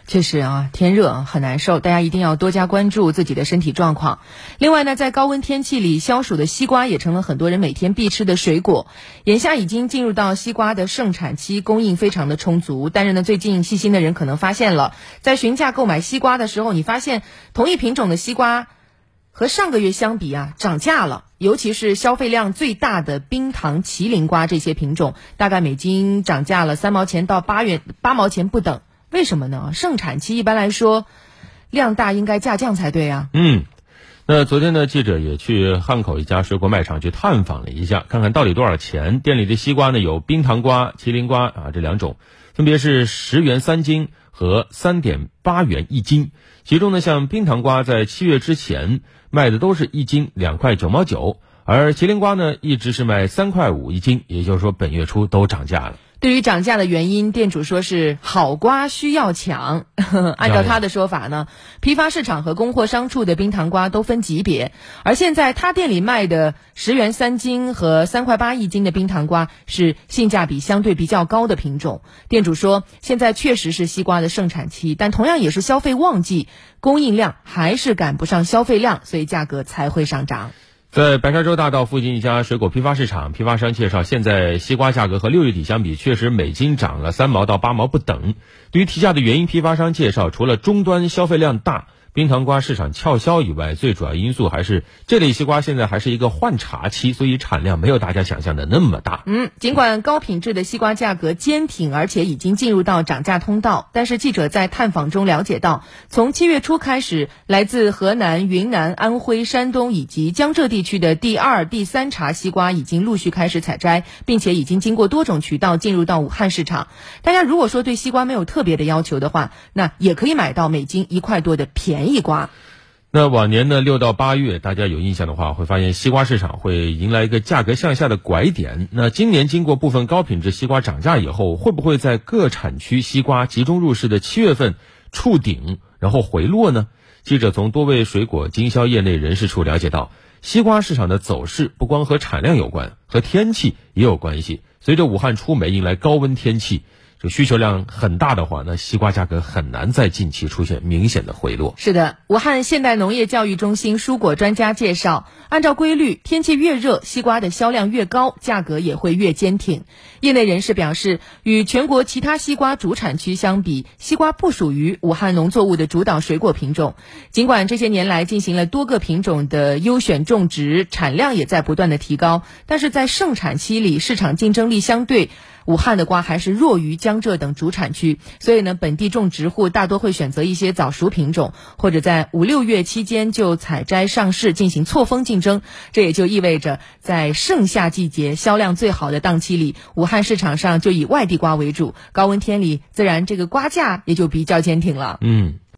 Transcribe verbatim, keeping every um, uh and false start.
确实啊，天热很难受，大家一定要多加关注自己的身体状况。另外呢，在高温天气里，消暑的西瓜也成了很多人每天必吃的水果。眼下已经进入到西瓜的盛产期，供应非常的充足。但是呢，最近细心的人可能发现了，在询价购买西瓜的时候，你发现同一品种的西瓜和上个月相比啊，涨价了。尤其是消费量最大的冰糖麒麟瓜这些品种，大概每斤涨价了三毛钱到八元八毛钱不等。为什么呢？盛产期一般来说量大，应该价降才对啊。 嗯，那昨天呢，记者也去汉口一家水果卖场去探访了一下，看看到底多少钱。店里的西瓜呢，有冰糖瓜、麒麟瓜啊这两种，分别是十元三斤和三点八元一斤。其中呢，像冰糖瓜在七月之前卖的都是一斤两块九毛九，而麒麟瓜呢一直是卖三块五一斤，也就是说本月初都涨价了。 对于涨价的原因，店主说是好瓜需要抢。按照他的说法呢，批发市场和供货商处的冰糖瓜都分级别，而现在他店里卖的十元三斤和三块八一斤的冰糖瓜是性价比相对比较高的品种。店主说，现在确实是西瓜的盛产期，但同样也是消费旺季，供应量还是赶不上消费量，所以价格才会上涨。 在白沙洲大道附近一家水果批发市场，批发商介绍，现在西瓜价格和六月底相比，确实每斤涨了三毛到八毛不等。对于提价的原因，批发商介绍，除了终端消费量大，冰糖瓜市场翘销以外，最主要因素还是这类西瓜现在还是一个换茬期，所以产量没有大家想象的那么大。 嗯，尽管高品质的西瓜价格坚挺，而且已经进入到涨价通道，但是记者在探访中了解到，从七月初开始，来自河南、云南、安徽、山东以及江浙地区的第二、第三茬西瓜已经陆续开始采摘，并且已经经过多种渠道进入到武汉市场。大家如果说对西瓜没有特别的要求的话，那也可以买到每斤一块多的便宜瓜。 那往年呢，六到八月，大家有印象的话，会发现西瓜市场会迎来一个价格向下的拐点。那今年经过部分高品质西瓜涨价以后，会不会在各产区西瓜集中入市的七月份触顶，然后回落呢？记者从多位水果经销业内人士处了解到，西瓜市场的走势不光和产量有关，和天气也有关系。随着武汉出梅迎来高温天气，这需求量很大的话，那西瓜价格很难在近期出现明显的回落。 是的，武汉现代农业教育中心蔬果专家介绍，按照规律，天气越热，西瓜的销量越高，价格也会越坚挺。业内人士表示，与全国其他西瓜主产区相比，西瓜不属于武汉农作物的主导水果品种。尽管这些年来进行了多个品种的优选种植，产量也在不断的提高，但是在盛产期里，市场竞争力相对武汉的瓜还是弱于江浙等主产区，所以呢，本地种植户大多会选择一些早熟品种，或者在五六月期间就采摘上市进行错峰竞争。这也就意味着，在盛夏季节销量最好的档期里，武汉市场上就以外地瓜为主，高温天里自然这个瓜价也就比较坚挺了。 嗯。